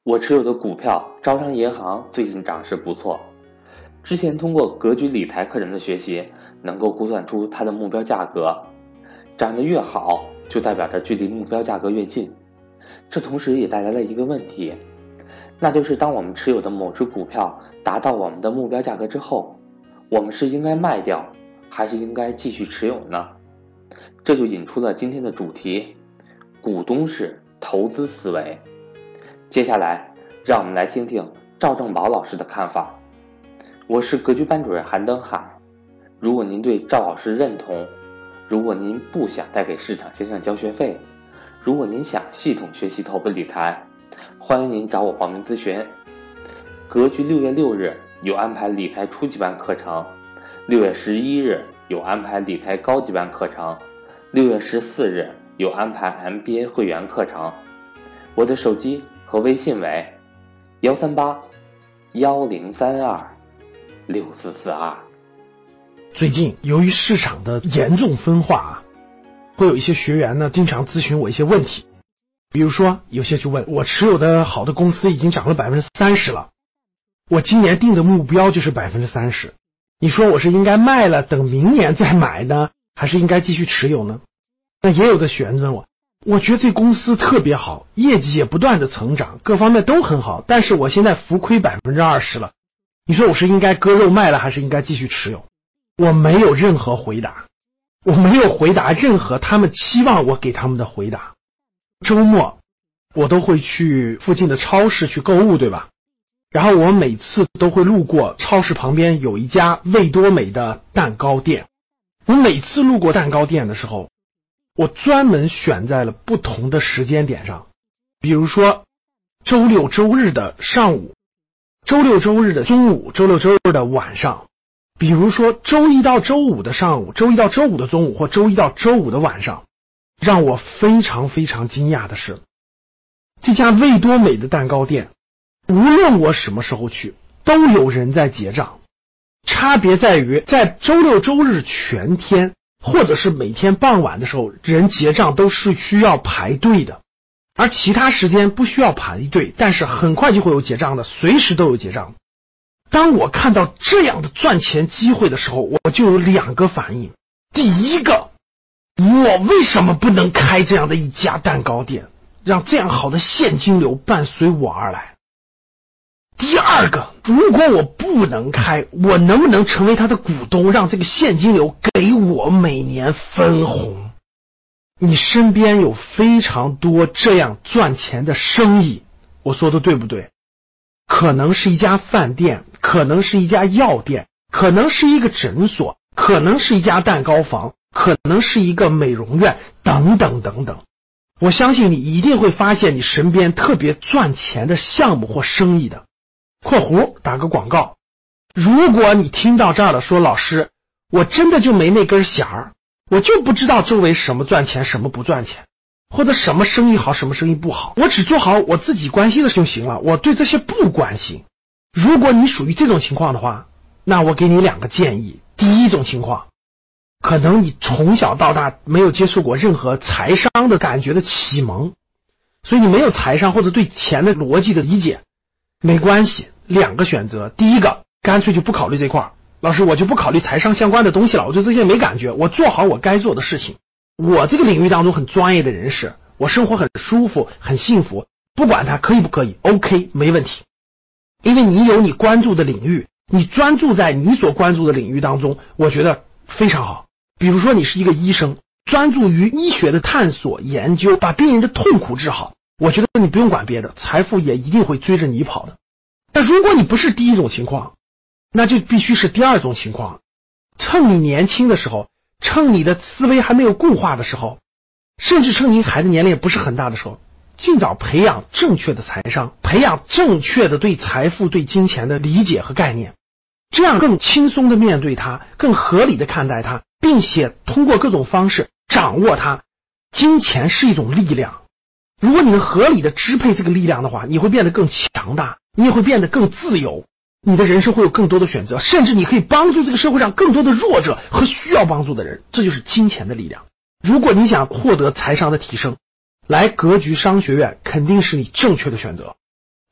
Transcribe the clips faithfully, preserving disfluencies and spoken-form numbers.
我持有的股票招商银行最近涨势不错，之前通过格局理财课程的学习，能够估算出它的目标价格，涨得越好，就代表着距离目标价格越近。这同时也带来了一个问题，那就是当我们持有的某只股票达到我们的目标价格之后，我们是应该卖掉，还是应该继续持有呢？这就引出了今天的主题，股东式投资思维。接下来让我们来听听赵正宝老师的看法。我是格局班主任韩登海，如果您对赵老师认同，如果您不想再给市场先生交学费，如果您想系统学习投资理财，欢迎您找我报名咨询。格局六月六日有安排理财初级班课程，六月十一日有安排理财高级班课程，六月十四日有安排 M B A 会员课程。我的手机和微信为幺三八幺零三二六四四二。 最近由于市场的严重分化啊，会有一些学员呢经常咨询我一些问题，比如说有些就问我持有的好的公司已经涨了 百分之三十 了，我今年定的目标就是 百分之三十， 你说我是应该卖了等明年再买呢，还是应该继续持有呢？那也有的学员问我，我觉得这公司特别好，业绩也不断的成长，各方面都很好，但是我现在浮亏 百分之二十 了，你说我是应该割肉卖了，还是应该继续持有？我没有任何回答，我没有回答任何他们期望我给他们的回答。周末我都会去附近的超市去购物，对吧？然后我每次都会路过超市旁边有一家味多美的蛋糕店，我每次路过蛋糕店的时候，我专门选在了不同的时间点上，比如说周六周日的上午，周六周日的中午，周六周日的晚上，比如说周一到周五的上午，周一到周五的中午，或周一到周五的晚上。让我非常非常惊讶的是，这家味多美的蛋糕店无论我什么时候去都有人在结账，差别在于在周六周日全天或者是每天傍晚的时候，人结账都是需要排队的，而其他时间不需要排队，但是很快就会有结账的，随时都有结账。当我看到这样的赚钱机会的时候，我就有两个反应。第一个，我为什么不能开这样的一家蛋糕店，让这样好的现金流伴随我而来？第二个，如果我不能开，我能不能成为他的股东，让这个现金流给我每年分红？你身边有非常多这样赚钱的生意，我说的对不对？可能是一家饭店，可能是一家药店，可能是一个诊所，可能是一家蛋糕房，可能是一个美容院，等等等等。我相信你一定会发现你身边特别赚钱的项目或生意的。括弧打个广告，如果你听到这儿了，说老师，我真的就没那根弦儿，我就不知道周围什么赚钱什么不赚钱，或者什么生意好什么生意不好，我只做好我自己关心的就行了，我对这些不关心。如果你属于这种情况的话，那我给你两个建议。第一种情况，可能你从小到大没有接触过任何财商的感觉的启蒙，所以你没有财商或者对钱的逻辑的理解。没关系，两个选择。第一个，干脆就不考虑这块，老师我就不考虑财商相关的东西了，我对这些没感觉，我做好我该做的事情。我这个领域当中很专业的人士，我生活很舒服很幸福，不管它可以不可以 OK 没问题。因为你有你关注的领域，你专注在你所关注的领域当中，我觉得非常好。比如说你是一个医生，专注于医学的探索研究，把病人的痛苦治好，我觉得你不用管别的，财富也一定会追着你跑的。但如果你不是第一种情况，那就必须是第二种情况。趁你年轻的时候，趁你的思维还没有固化的时候，甚至趁你孩子年龄也不是很大的时候，尽早培养正确的财商，培养正确的对财富对金钱的理解和概念，这样更轻松的面对它，更合理的看待它，并且通过各种方式掌握它。金钱是一种力量，如果你能合理的支配这个力量的话，你会变得更强大，你也会变得更自由，你的人生会有更多的选择，甚至你可以帮助这个社会上更多的弱者和需要帮助的人，这就是金钱的力量。如果你想获得财商的提升，来格局商学院肯定是你正确的选择。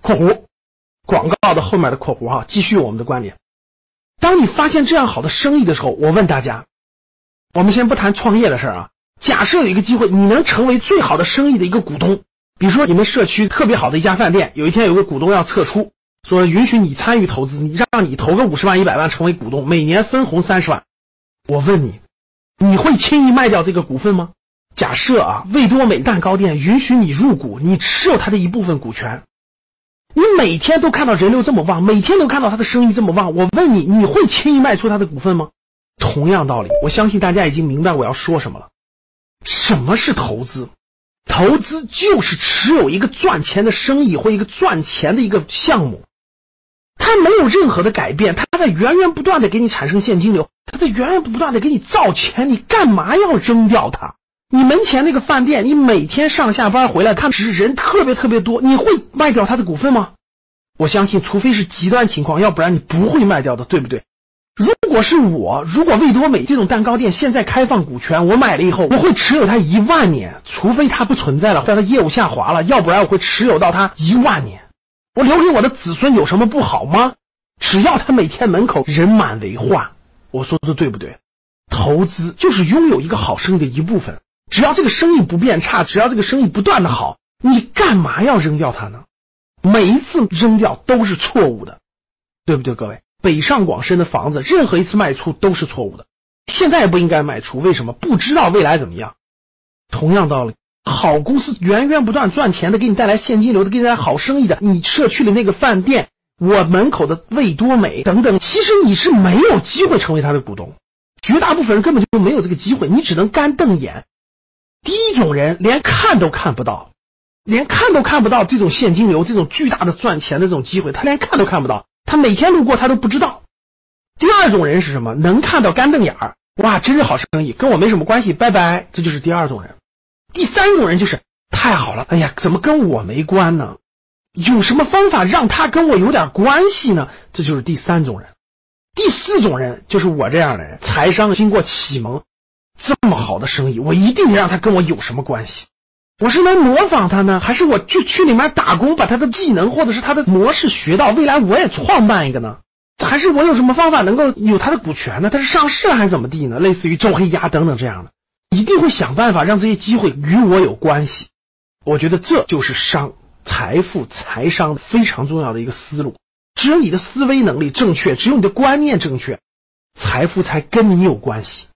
括弧广告的后面的括弧哈，继续我们的观点。当你发现这样好的生意的时候，我问大家，我们先不谈创业的事啊，假设有一个机会，你能成为最好的生意的一个股东，比如说你们社区特别好的一家饭店，有一天有个股东要撤出，说允许你参与投资，你让你投个五十万一百万成为股东，每年分红三十万。我问你，你会轻易卖掉这个股份吗？假设啊，味多美蛋糕店允许你入股，你持有它的一部分股权，你每天都看到人流这么旺，每天都看到它的生意这么旺，我问你，你会轻易卖出它的股份吗？同样道理，我相信大家已经明白我要说什么了。什么是投资？投资就是持有一个赚钱的生意或一个赚钱的一个项目，它没有任何的改变，它在源源不断的给你产生现金流，它在源源不断的给你造钱，你干嘛要扔掉它？你门前那个饭店，你每天上下班回来看，只是人特别特别多，你会卖掉它的股份吗？我相信除非是极端情况，要不然你不会卖掉的，对不对？如果是我，如果味多美这种蛋糕店现在开放股权，我买了以后，我会持有它一万年，除非它不存在了，或者它业务下滑了，要不然我会持有到它一万年。我留给我的子孙有什么不好吗？只要他每天门口人满为患，我说的对不对？投资就是拥有一个好生意的一部分，只要这个生意不变差，只要这个生意不断的好，你干嘛要扔掉它呢？每一次扔掉都是错误的，对不对各位？北上广深的房子，任何一次卖出都是错误的，现在不应该卖出，为什么？不知道未来怎么样。同样道理，好公司源源不断赚钱的，给你带来现金流的，给你带来好生意的，你社区的那个饭店，我门口的味多美等等，其实你是没有机会成为他的股东，绝大部分人根本就没有这个机会，你只能干瞪眼。第一种人连看都看不到，连看都看不到这种现金流，这种巨大的赚钱的这种机会，他连看都看不到，他每天路过他都不知道。第二种人是什么？能看到干瞪眼儿，哇，真是好生意，跟我没什么关系，拜拜，这就是第二种人。第三种人就是太好了，哎呀，怎么跟我没关呢？有什么方法让他跟我有点关系呢？这就是第三种人。第四种人就是我这样的人，财商经过启蒙，这么好的生意，我一定让他跟我有什么关系？我是能模仿他呢，还是我去去里面打工，把他的技能或者是他的模式学到，未来我也创办一个呢？还是我有什么方法能够有他的股权呢？他是上市还是怎么地呢？类似于周黑鸭等等这样的，一定会想办法让这些机会与我有关系。我觉得这就是商财富财商非常重要的一个思路。只有你的思维能力正确，只有你的观念正确，财富才跟你有关系。